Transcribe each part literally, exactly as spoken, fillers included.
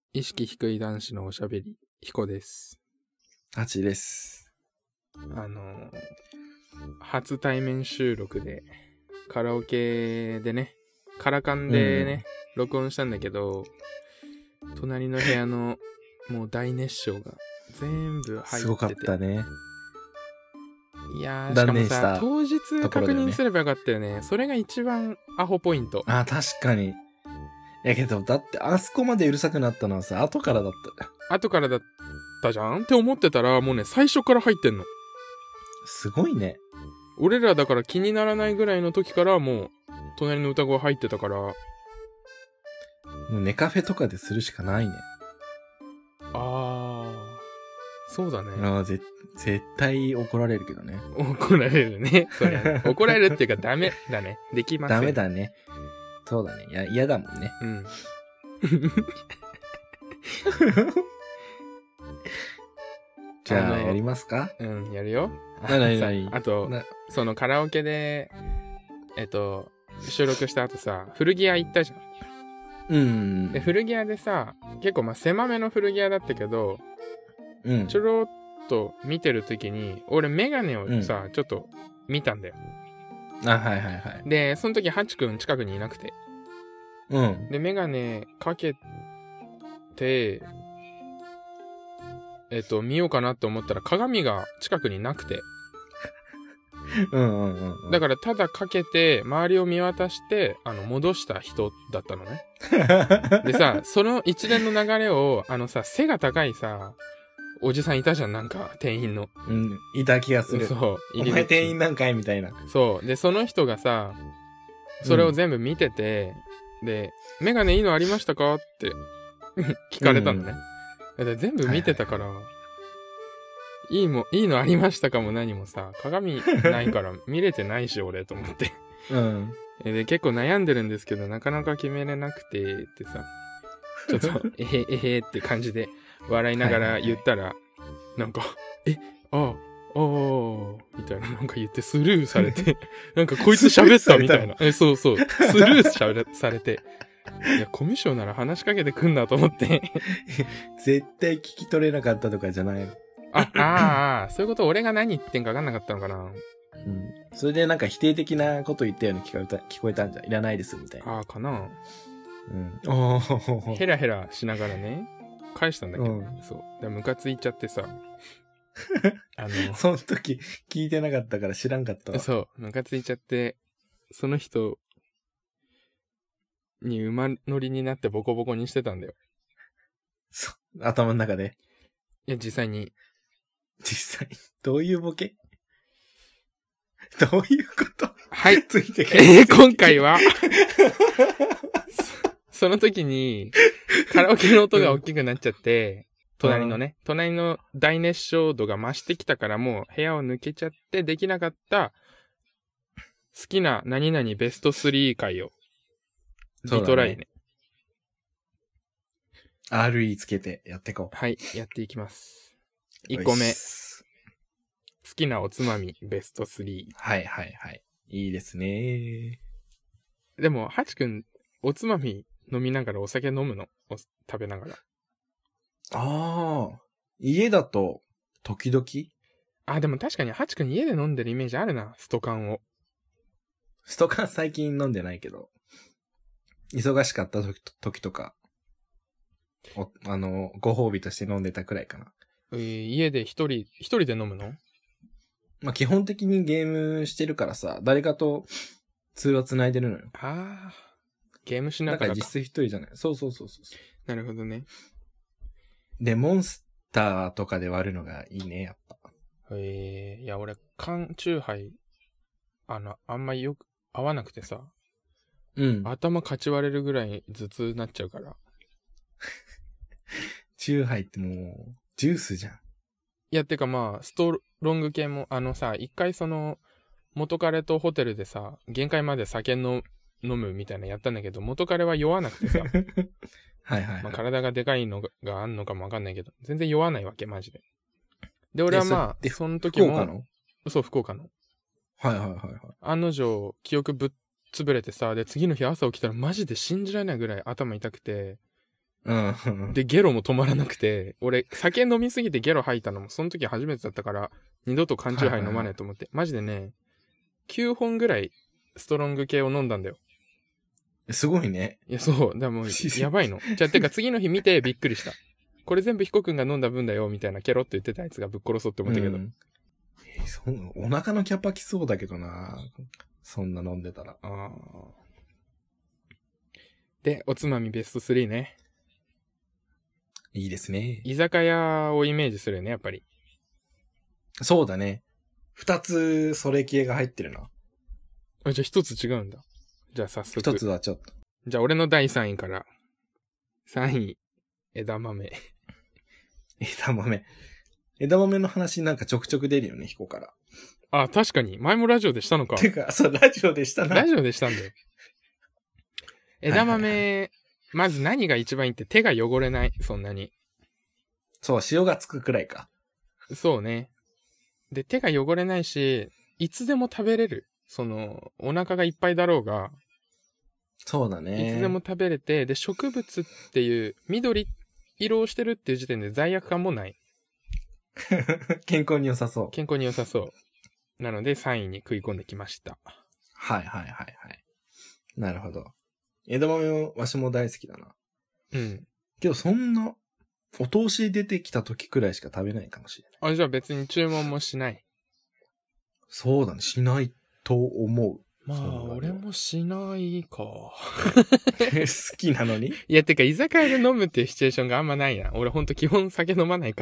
意識低い男子のおしゃべり、彦です。 ハチです。 あの、初対面収録で、カラオケでね、カラカンでね、うん、録音したんだけど、隣の部屋のもう大熱唱が全部入ってて。 すごかったね。 いやー、しかもさ、当日確認すればよかったよね。それが一番アホポイント。 あ、確かに。やけど、だってあそこまでうるさくなったのはさ、後からだった。 後からだったじゃんって思ってたら、もうね、最初から入ってんの。 すごいね。 俺らだから気にならないぐらいの時からもう、隣の歌声入ってたから。もうネカフェとかでするしかないね。 あー、そうだね。 ああ、ぜ、絶対怒られるけどね。 怒られるね。それ怒られるっていうかダメだね。できません。 ダメだね。そうだね。いや、嫌だもんね。 うん。 じゃあ、やりますか？ うん、やるよ。 なななにあと、そのカラオケで、えっと、収録した後さ、古着屋行ったじゃん。 うん。 で、古着屋でさ、結構まあ狭めの古着屋だったけど、 うん。 ちょろっと見てるときに、俺メガネをさ、うん、ちょっと見たんだよ。 あ、はいはいはい。 で、その時ハチくん近くにいなくて。 うん。 で、メガネかけて、えっと、見ようかなと思ったら鏡が近くになくて。 うんうんうん、うん。 だからただかけて、周りを見渡して、あの、戻した人だったのね。でさ、その一連の流れを、あのさ、背が高いさ、おじさんいたじゃん、なんか、店員の。 うん、いた気がする。 そう。 お前店員なんかいみたいな。 そう。で、その人がさ、それを全部見てて、うん、で、メガネいいのありましたかって聞かれたのね。うん、全部見てたから、はいはい、いいも、いいのありましたかも何もさ、鏡ないから見れてないし、俺と思って。 うん。 で、結構悩んでるんですけど、なかなか決めれなくて、ってさ、ちょっと、えへえへって感じで笑いながら言ったら、はいはいはい、なんか、え、ああ、ああ、みたいななんか言ってスルーされて、なんかこいつ喋ったみたいな。え、そうそう、スルーされされて、いや、コミュ障なら話しかけてくんだと思って。 絶対聞き取れなかったとかじゃないの。 あ、ああ、そういうこと俺が何言ってんか分かんなかったのかな。うん。 それでなんか否定的なこと言ったように聞こえた、聞こえたんじゃん。いらないですみたいな。 ああ、かな。 うん。おー。 ヘラヘラしながらね、返したんだけど、うん、そう。でムカついちゃってさ。 あの、その時聞いてなかったから知らんかったわ。 そう、ムカついちゃって、その人に馬乗りになってボコボコにしてたんだよ。 そう、頭の中で。 いや、実際に。 実際、どういうボケ？どういうこと？ はい。 ついてえー、今回はそ、その時に、カラオケの音が大きくなっちゃって、隣のね、隣の大熱唱度が増してきたからもう部屋を抜けちゃってできなかった好きな何々ベストスリー回をリトライね。ねアールイー つけてやっていこう。 はい、やっていきます。いっこめ。好きなおつまみベストスリー。 はいはいはい。いいですね。 でも、ハチくん、おつまみ飲みながらお酒飲むの？食べながら。 ああ、家だと、時々？ あ、でも確かに、ハチくん家で飲んでるイメージあるな、ストカンを。 ストカン最近飲んでないけど、忙しかった時、時とか、お、あの、ご褒美として飲んでたくらいかな。 えー、家で一人、一人で飲むの？ まあ、基本的にゲームしてるからさ、誰かと通話繋いでるのよ。 ああ、ゲームしながらか。 だから実質一人じゃない。そうそうそうそう。 なるほどね。 で、モンスターとかで割るのがいいね、やっぱ。 へえ、いや、俺、缶チューハイ、あの、あんまよく合わなくてさ。 うん。 頭かち割れるぐらい頭痛になっちゃうから。 チューハイってもう、ジュースじゃん。いや、てかまあ、ストロング系も、あのさ、一回その、元彼とホテルでさ、限界まで酒の飲むみたいなのやったんだけど、元彼は酔わなくてさ。 はいはい、はい。 まあ、体がでかいのがあんのかもわかんないけど、全然酔わないわけ、マジで。で、俺はまあ、その時も、 福岡の？ そう、福岡の。 はいはいはいはい。 案の定、記憶ぶっ潰れてさ、で、次の日朝起きたらマジで信じられないぐらい頭痛くて、 うん。 で、ゲロも止まらなくて、俺、酒飲みすぎてゲロ吐いたのも、その時初めてだったから、二度と缶チューハイ飲まないと思って。マジでね、きゅうほんぐらい、ストロング系を飲んだんだよ。 すごいね。 いや、そう。だからもう、やばいの。じゃあ、てか次の日見てびっくりした。これ全部ヒコ君が飲んだ分だよ、みたいなケロって言ってたやつがぶっ殺そうって思ったけど。 うんえーそお腹のキャパきそうだけどな。そんな飲んでたら。 あーで、おつまみベストスリーね。 いいですね。 居酒屋をイメージするよね、やっぱり。 そうだね。二つそれ系が入ってるな。 あ、じゃあ一つ違うんだ。じゃあ早速。 一つはちょっと。 じゃあ俺のだいさんいから。さんい、枝豆。 枝豆。枝豆の話なんかちょくちょく出るよね、ヒコから。 あ、確かに。前もラジオでしたのか。 てか、そう、ラジオでしたな。 ラジオでしたんだよ。枝豆、 はいはいはまず何が一番いいって手が汚れない。そんなに。 そう、塩がつくくらいか。 そうね。で、手が汚れないし、いつでも食べれる。その、お腹がいっぱいだろうが、 そうだね。 いつでも食べれて、で、植物っていう、緑色をしてるっていう時点で罪悪感もない。 健康に良さそう。 健康に良さそう。なのでさんいに食い込んできました。 はいはいはいはい。なるほど。枝豆もわしも大好きだな。 うん。 けどそんな、お通し出てきた時くらいしか食べないかもしれない。 あ、じゃあ別に注文もしない。 そうだね。しないと思う。 まあ、 そんなの俺もしないか。 好きなのにいや、てか、居酒屋で飲むっていうシチュエーションがあんまないな。俺ほんと基本酒飲まないから。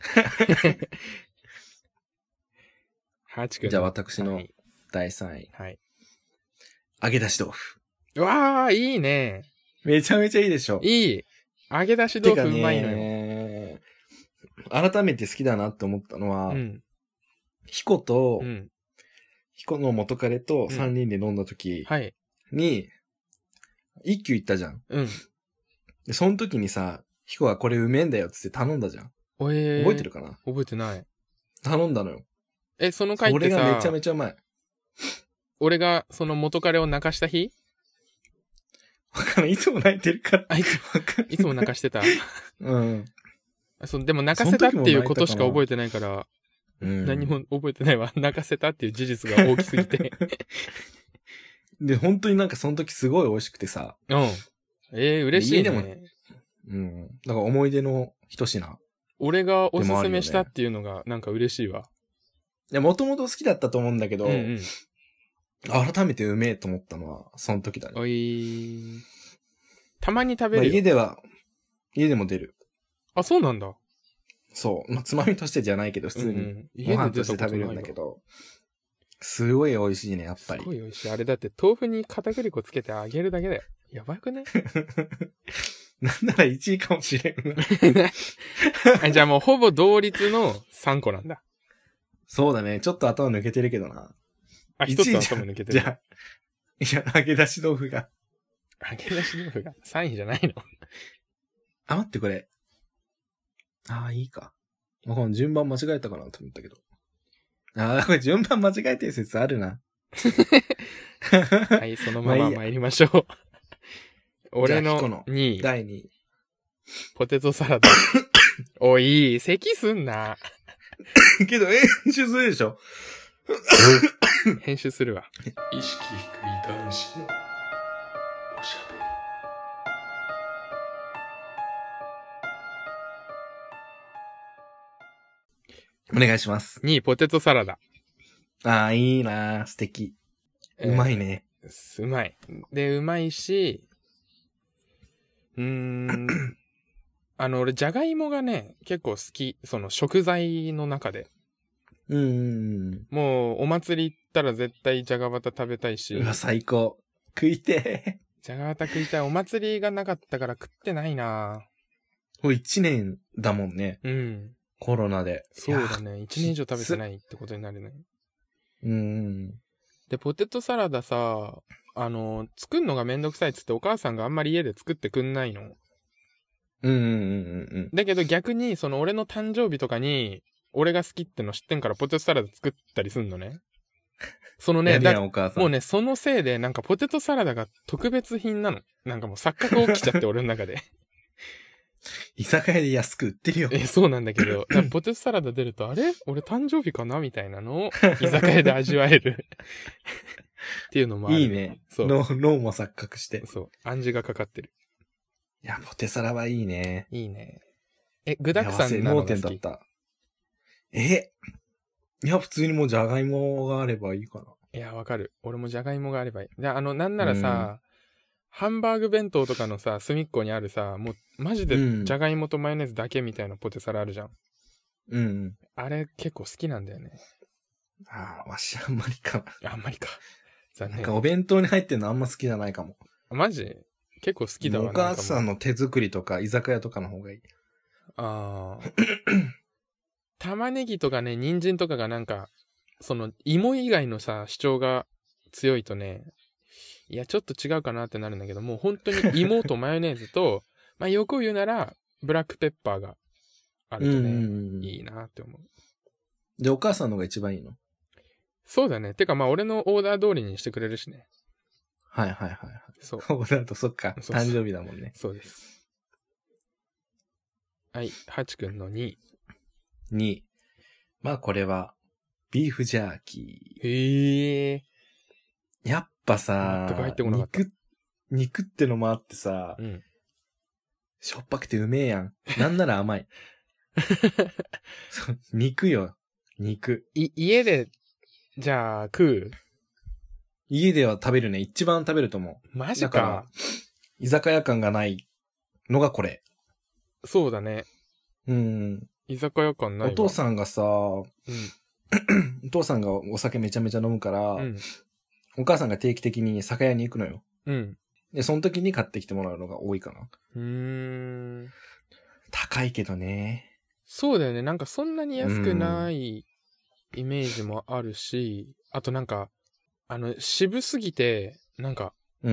はちくん。 じゃあ私のはいだいさんい。 はい。 揚げ出し豆腐。 うわー、いいね。 めちゃめちゃいいでしょ。 いい。揚げ出し豆腐うまいのよ。 よ。改めて好きだなって思ったのは、 うん。 ヒコと、 うん。 ヒコの元彼とさんにんで飲んだ時はい。 に、一休行ったじゃん。 うん。 で、その時にさ、ヒコがこれうめえんだよっつって頼んだじゃん。 おえー、 覚えてるかな覚えてない。 頼んだのよ。 え、その回ってさ、 これがめちゃめちゃうまい。 俺がその元彼を泣かした日わかんない。いつも泣いてるから。 あいつ、 わかんないいつも泣かしてた。 うん。 そでも泣かせたっていうことしか覚えてないから、 うん。 何も覚えてないわ。泣かせたっていう事実が大きすぎて。 で、本当になんかその時すごい美味しくてさ。 うん。えー、嬉しいね。 家でもうん。だから思い出の一品。 俺がおすすめしたっていうのがなんか嬉しいわ。 いや、もともと好きだったと思うんだけど、 うんうん。 改めてうめえと思ったのは、その時だね。 おいたまに食べまあ、 るよ。 家では、家でも出る。 あ、そうなんだ。 そう。まあ、つまみとしてじゃないけど、普通にうんうんご飯と出したて食べるんことないわだけど、すごい美味しいね、やっぱりすご。い美味しい。あれだって豆腐に片栗粉つけて揚げるだけだよ。やばくねなんならいちいかもしれんな。 あじゃあもうほぼ同率のさんこなんだ。 そうだね。ちょっと頭抜けてるけどな。 あ、一つ頭抜けてる。 じゃあ、いや、揚げ出し豆腐が。 揚げ出し豆腐がさんいじゃないのあ、待って、これ。ああ、いいか。まあ、この順番間違えたかなと思ったけど。ああ、これ順番間違えてる説あるな。 はい、そのまま参りましょう。俺のじゃあヒコのにい、 だいにい。 ポテトサラダ。おい、咳すんな。 けど、演習するでしょ。 編集するわ。 意識低い男子のおしゃべり。お願いします。 にい、ポテトサラダ。 ああ、いいなー素敵。うまいね。 えーうまい。で、うまいし、うーん、あの、俺、じゃがいもがね、結構好き。その食材の中で。 うんうんうん。 もう、お祭り行ったら絶対じゃがバタ食べたいしう、わ、最高。食いてじゃがバタ食いたい。お祭りがなかったから食ってないなー。もう一年だもんね。 うん。 コロナで。 そうだいや。 ね。一年以上食べてないってことになるね。 うんうん。 で、ポテトサラダさ、あの、作るのがめんどくさいっつってお母さんがあんまり家で作ってくんないの。 うんうんうんうんうん。 だけど逆に、その俺の誕生日とかに、俺が好きっての知ってんからポテトサラダ作ったりすんのね。そのね、 やるやだんお母さん。 もうね、そのせいでなんかポテトサラダが特別品なの。なんかもう錯覚起きちゃって俺の中で。 居酒屋で安く売ってるよ。 え、そうなんだけど、なんかポテトサラダ出ると、あれ俺誕生日かなみたいなのを居酒屋で味わえるっていうのもある。 いいね。 そう。 脳脳も錯覚して。 そう。暗示がかかってる。 いや、ポテサラはいいね。 いいね。え、具沢山なのが好き。 盲点だった。えいや、普通にもうじゃがいもがあればいいかな。 いや、わかる。俺もじゃがいもがあればいい。で、あの、なんならさ、ハンバーグ弁当とかのさ、隅っこにあるさ、もう、マジでじゃがいもとマヨネーズだけみたいなポテサラあるじゃん。 うん。 あれ結構好きなんだよね。 ああ、わしあんまりかな。あんまりか。残念。 なんかお弁当に入ってるのあんま好きじゃないかも。 マジ結構好きだわ。 お母さんの手作りとか居酒屋とかの方がいい。 ああ。玉ねぎとかね、人参とかがなんか、その芋以外のさ、主張が強いとね、いや、ちょっと違うかなってなるんだけど、もう本当に芋とマヨネーズと、まあ、欲を言うなら、ブラックペッパーがあるとね、いいなって思う。 で、お母さんのが一番いいの？ そうだね。てか、まあ、俺のオーダー通りにしてくれるしね。 はいはいはい。 そう。 オーダーと、そっか。そうそう誕生日だもんね。 そうです。はい。ハチ君のにい。 にい。まあ、これは、ビーフジャーキー。 へえ。 やっぱさ、 全く入ってこなかった。 肉、肉ってのもあってさ、うん、しょっぱくてうめえやん。なんなら甘い。そう、肉よ。肉。 い、家で、じゃあ、食う？ 家では食べるね。一番食べると思う。マジか。だから、 居酒屋感がないのがこれ。 そうだね。 うん。 居酒屋感ないわ。 お父さんがさ、うん、お父さんがお酒めちゃめちゃ飲むから、うん、お母さんが定期的に酒屋に行くのよ。うん。で、その時に買ってきてもらうのが多いかな。うーん。高いけどね。 そうだよね。なんかそんなに安くないイメージもあるし、あとなんか、あの、渋すぎて、なんか、うん。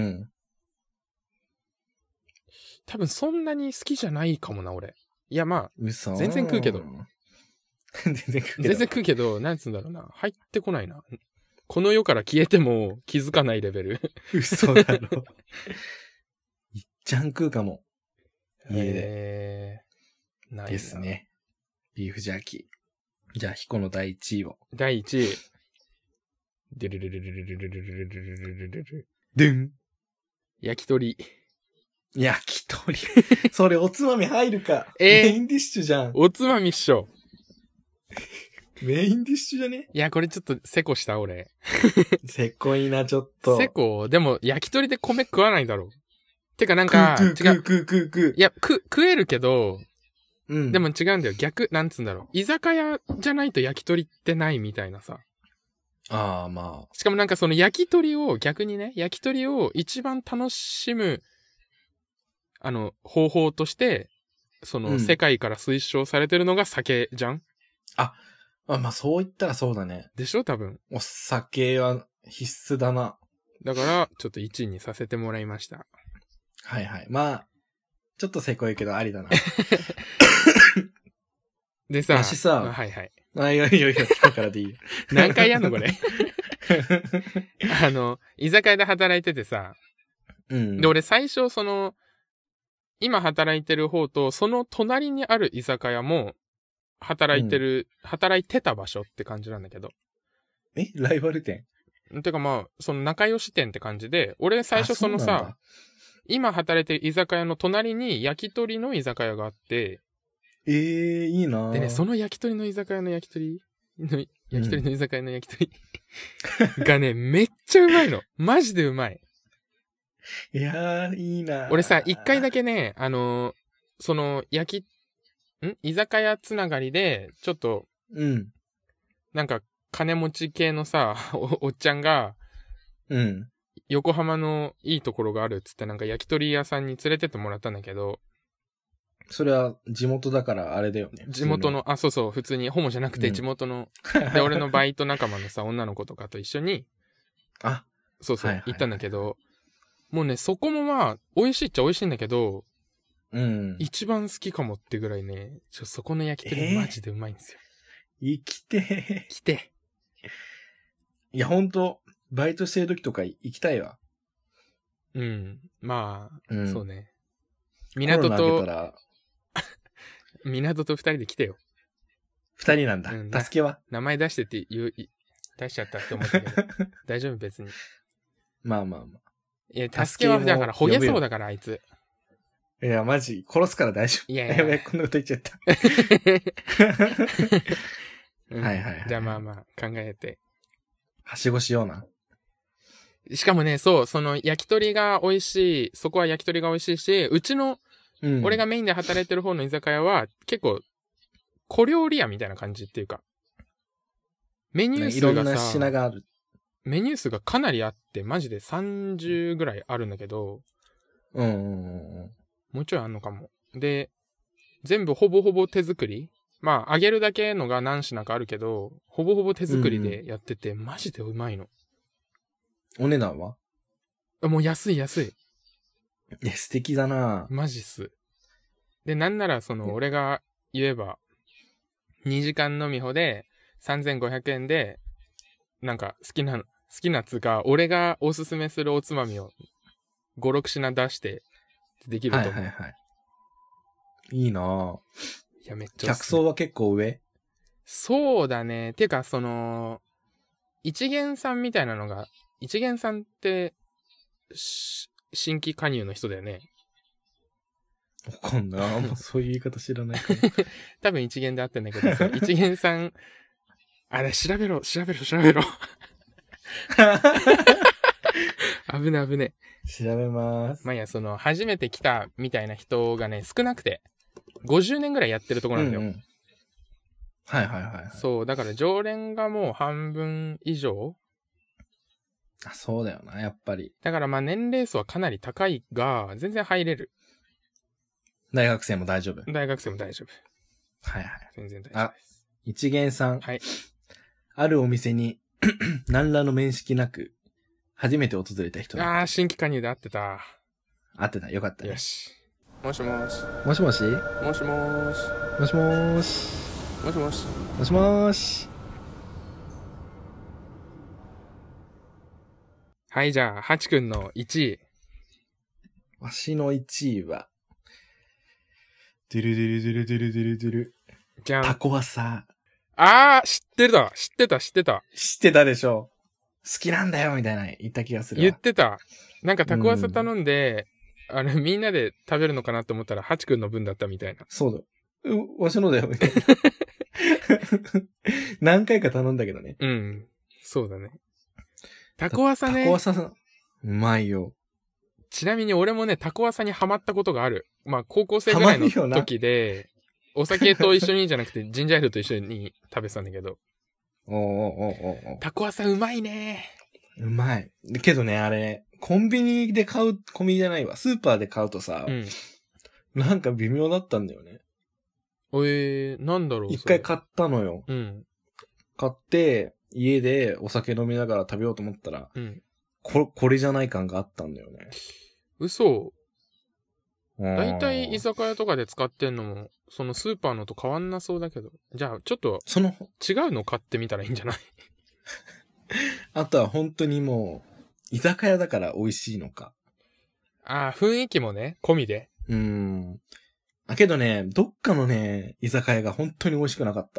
多分そんなに好きじゃないかもな、俺。いや、まあ、 嘘全然食うけど。 全然食うけど。 全然食うけど、なんつうんだろうな。入ってこないな。この世から消えても気づかないレベル。 嘘だろ。いっちゃん食うかも。家で。えー、ないですね。ビーフジャーキー。じゃあ、ヒコのだいいちいを。 だいいちい。でるるるるるるるるるるるるるる。 でん。 焼き鳥。 焼き鳥。それおつまみ入るか。えー、メインディッシュじゃん。 おつまみっしょ。 メインディッシュじゃね？ いや、これちょっとせこした俺。 せこいな、ちょっと。 せこでも、焼き鳥で米食わないだろう。てかなんか、 違う。食う食う食う食う。 いや、食、食えるけど、うん。でも違うんだよ。逆、なんつうんだろう。居酒屋じゃないと焼き鳥ってないみたいなさ。 ああ、まあ。 しかもなんかその焼き鳥を、逆にね、焼き鳥を一番楽しむ、あの、方法として、その、世界から推奨されてるのが酒じゃん？ あ、あ、まあそう言ったらそうだね。 でしょ？多分。 お酒は必須だな。 だから、ちょっといちいにさせてもらいました。 はいはい。まあ、ちょっとせこいけどありだな。 でさ、 私さ、 はいはい。 あ、いやいやいや、聞くからでいいよ。 何回やんのこれ。あの、居酒屋で働いててさ、うん、で、俺最初その、今働いてる方と、その隣にある居酒屋も、働いてる、うん、働いてた場所って感じなんだけど。 え？ライバル店？ てかまあ、その仲良し店って感じで、俺最初そのさ、今働いてる居酒屋の隣に焼き鳥の居酒屋があって、 ええー、いいな。 でね、その焼き鳥の居酒屋の焼き鳥の、焼き鳥の居酒屋の焼き鳥、うん、がね、めっちゃうまいの。マジでうまい。 いやー、いいな。 俺さ、一回だけね、あのー、その、焼き、ん居酒屋つながりで、ちょっと、うん。なんか、金持ち系のさ、お、おっちゃんが、うん。横浜のいいところがあるっつってなんか焼き鳥屋さんに連れてってもらったんだけど、 それは地元だからあれだよね。 地元の、あ、そうそう、普通にホモじゃなくて地元の、うん、で、俺のバイト仲間のさ、女の子とかと一緒に、 あ、 そうそう、はいはいはい、行ったんだけど、もうね、そこもまあ、美味しいっちゃ美味しいんだけど、うん。一番好きかもってぐらいね、ちょ、そこの焼き鳥マジでうまいんですよ。 えー、生きてー。来て。 いや、ほんと、バイトしてる時とか行きたいわ。 うん。まあ、うん、そうね。港と、 港と二人で来てよ。 二人なんだ。 うん助けは名前出してって言う、出しちゃったって思ったけど。大丈夫別に。 まあまあまあ。 いや、助けはだから、ほげそうだから、あいつ。 いや、マジ、殺すから大丈夫。 いやいや。 やべえ、こんなこと言っちゃった。 うん、はいはいはい。じゃあまあまあ、考えて。 はしごしような。 しかもね、そう、その焼き鳥が美味しい、そこは焼き鳥が美味しいし、うちの、うん、俺がメインで働いてる方の居酒屋は、結構、小料理屋みたいな感じっていうか、メニュー数がさ、いろんな品がある。メニュー数がかなりあって、マジでさんじゅうぐらいあるんだけど、 うんうんうん。 もうちょいあんのかも。で、全部ほぼほぼ手作り？まあ、揚げるだけのが何品かあるけど、ほぼほぼ手作りでやってて、うん、マジでうまいの。 お値段は？ もう安い安い。 いや、素敵だな。 マジっす。で、なんならその、俺が言えば、にじかん飲みほでさんぜんごひゃくえんで、なんか好きな、好きなつか、俺がおすすめするおつまみをご、ろく品出してできると思う。はいはいはい。 いいなぁ。 いや、めっちゃ。 客層は結構上？ そうだね。てか、その、一元さんみたいなのが、一元さんって、新規加入の人だよね。 わかんない。あんまそういう言い方知らないから。 多分一元で合ってんだけどさ、一元さん、あれ、調べろ、調べろ、調べろ。危ね危ね。 調べまーす。 まあいや、その、初めて来たみたいな人がね、少なくて、ごじゅうねんぐらいやってるところなんだよ。うんうん、 はいはいはい、はい。 そう、だから常連がもう半分以上。 あ、そうだよな、やっぱり。 だからまあ年齢層はかなり高いが、全然入れる。 大学生も大丈夫。 大学生も大丈夫。 はいはい。 全然大丈夫です。 一元さん。 はい。 あるお店に何らの面識なく、初めて訪れた人。 ああ、新規加入で会ってた。 会ってた。よかったね。 よし。もしもし。 もしもしもしもーし。 もしもーし。 もしもし。 もしもーし。 はい、じゃあ、ハチくんのいちい。 わしのいちいは、ドゥルドゥルドゥルドゥルドゥルドゥル。 じゃん。 タコワサ。 あー、知ってた、知ってた、知ってた。 知ってたでしょ。好きなんだよ、みたいな言った気がするわ。 言ってた。なんかタコワサ頼んで、うん、あれ、みんなで食べるのかなと思ったら、ハチくんの分だったみたいな。 そうだ。う、わしのだよ、みたいな。何回か頼んだけどね。 うん。そうだね。タコワサね。 タコワサさん、うまいよ。 ちなみに俺もね、タコワサにハマったことがある。まあ、高校生ぐらいの時で、お酒と一緒にじゃなくて、ジンジャーエールと一緒に食べてたんだけど。 おーおーおーおー。 タコワサうまいね。 うまい。けどね、あれ、コンビニで買う、コンビニじゃないわ。スーパーで買うとさ、うん、なんか微妙だったんだよね。 えー、なんだろう。 一回買ったのよ。 うん。 買って、家でお酒飲みながら食べようと思ったら、 うん。 こ、これじゃない感があったんだよね。 嘘。だいたい居酒屋とかで使ってんのも、そのスーパーのと変わんなそうだけど。じゃあ、ちょっと、 その、 違うの買ってみたらいいんじゃない？ あとは本当にもう、居酒屋だから美味しいのか。 ああ、雰囲気もね、込みで。 うーん。あ、けどね、どっかのね、居酒屋が本当に美味しくなかった。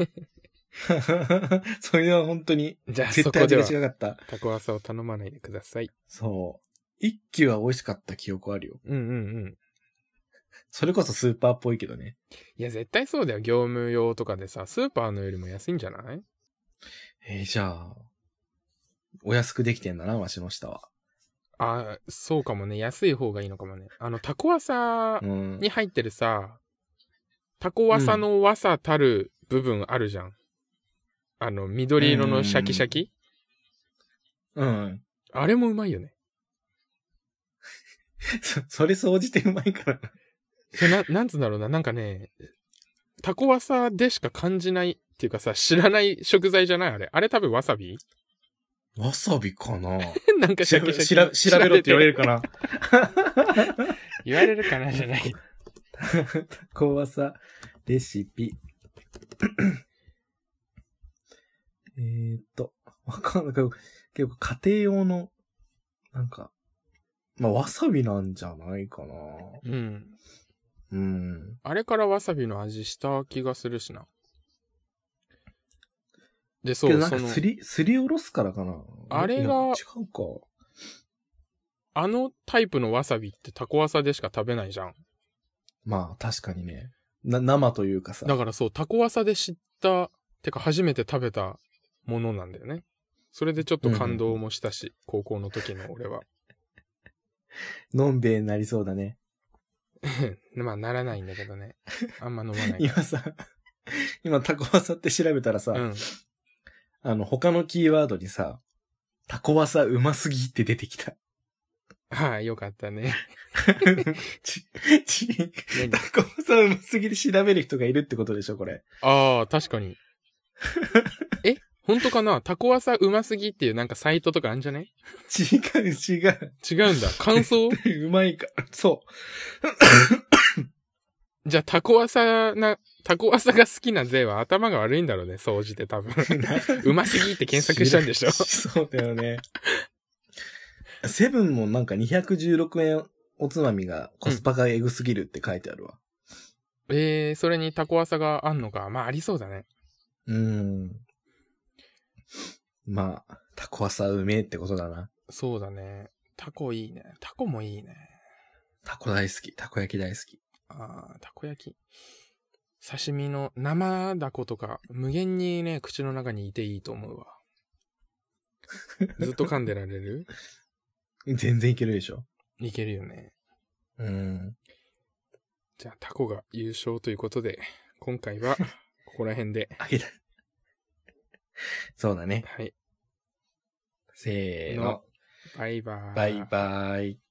それは本当に、 じゃあ絶対味が違かった。 タコワサを頼まないでください。 そう。一気は美味しかった記憶あるよ。 うんうんうん。 それこそスーパーっぽいけどね。 いや、絶対そうだよ。業務用とかでさ、スーパーのよりも安いんじゃない？ えー、じゃあ、お安くできてんだな、わしの下は。 ああ、そうかもね。安い方がいいのかもね。あの、タコワサに入ってるさ、うん、タコワサのワサたる部分あるじゃん。うん、あの、緑色のシャキシャキ？ うん。うん、 あれもうまいよね。 そ、それ総じてうまいからな。 それな、なんつうんだろうな。なんかね、タコワサでしか感じないっていうかさ、知らない食材じゃないあれ。あれ多分わさび？ わさびかななんかシャキシャキ。 しら、調べろって言われるかな言われるかなじゃない。 タコワサレシピ。えーっと、わかんないけど、結構家庭用の、なんか、まあ、わさびなんじゃないかな。 うん。 うん。 あれからわさびの味した気がするしな。で、そう、 なんかすり、すりおろすからかな。 あれが、 違うか。 あのタイプのわさびってタコワサでしか食べないじゃん。 まあ、確かにね。な、生というかさ。 だからそう、タコワサで知った、てか初めて食べたものなんだよね。それでちょっと感動もしたし、うんうん、高校の時の俺は。 のんべえになりそうだね。 まあ、ならないんだけどね。あんま飲まない。 今さ、今タコワサって調べたらさ、うん、あの、他のキーワードにさ、タコワサうますぎって出てきた。 はいあ、よかったね。 ち、ち、タコワサうますぎで調べる人がいるってことでしょ、これ。 ああ、確かに。え本当かなタコワサうますぎっていうなんかサイトとかあるんじゃね違う、違う。 違うんだ。感想うまいか。そう。 じゃあタコワサな、タコワサが好きな税は頭が悪いんだろうね、掃除で多分。うますぎって検索したんでしょそうだよね。セブンもなんかにひゃくじゅうろくえんおつまみがコスパがエグすぎるって書いてあるわ。 うん、えー、それにタコワサがあんのか。まあありそうだね。 うーん。まあ、タコワサうめえってことだな。 そうだね。タコいいね。タコもいいね。 タコ大好き。たこ焼き大好き。 ああ、たこ焼き。刺身の生ダコとか無限にね、口の中にいていいと思うわ。ずっと噛んでられる全然いけるでしょ。 いけるよね。 うん。 じゃあタコが優勝ということで、今回はここら辺で。 あげた。そうだね。 はい。 せーの。 バイバーイ。 バイバーイ。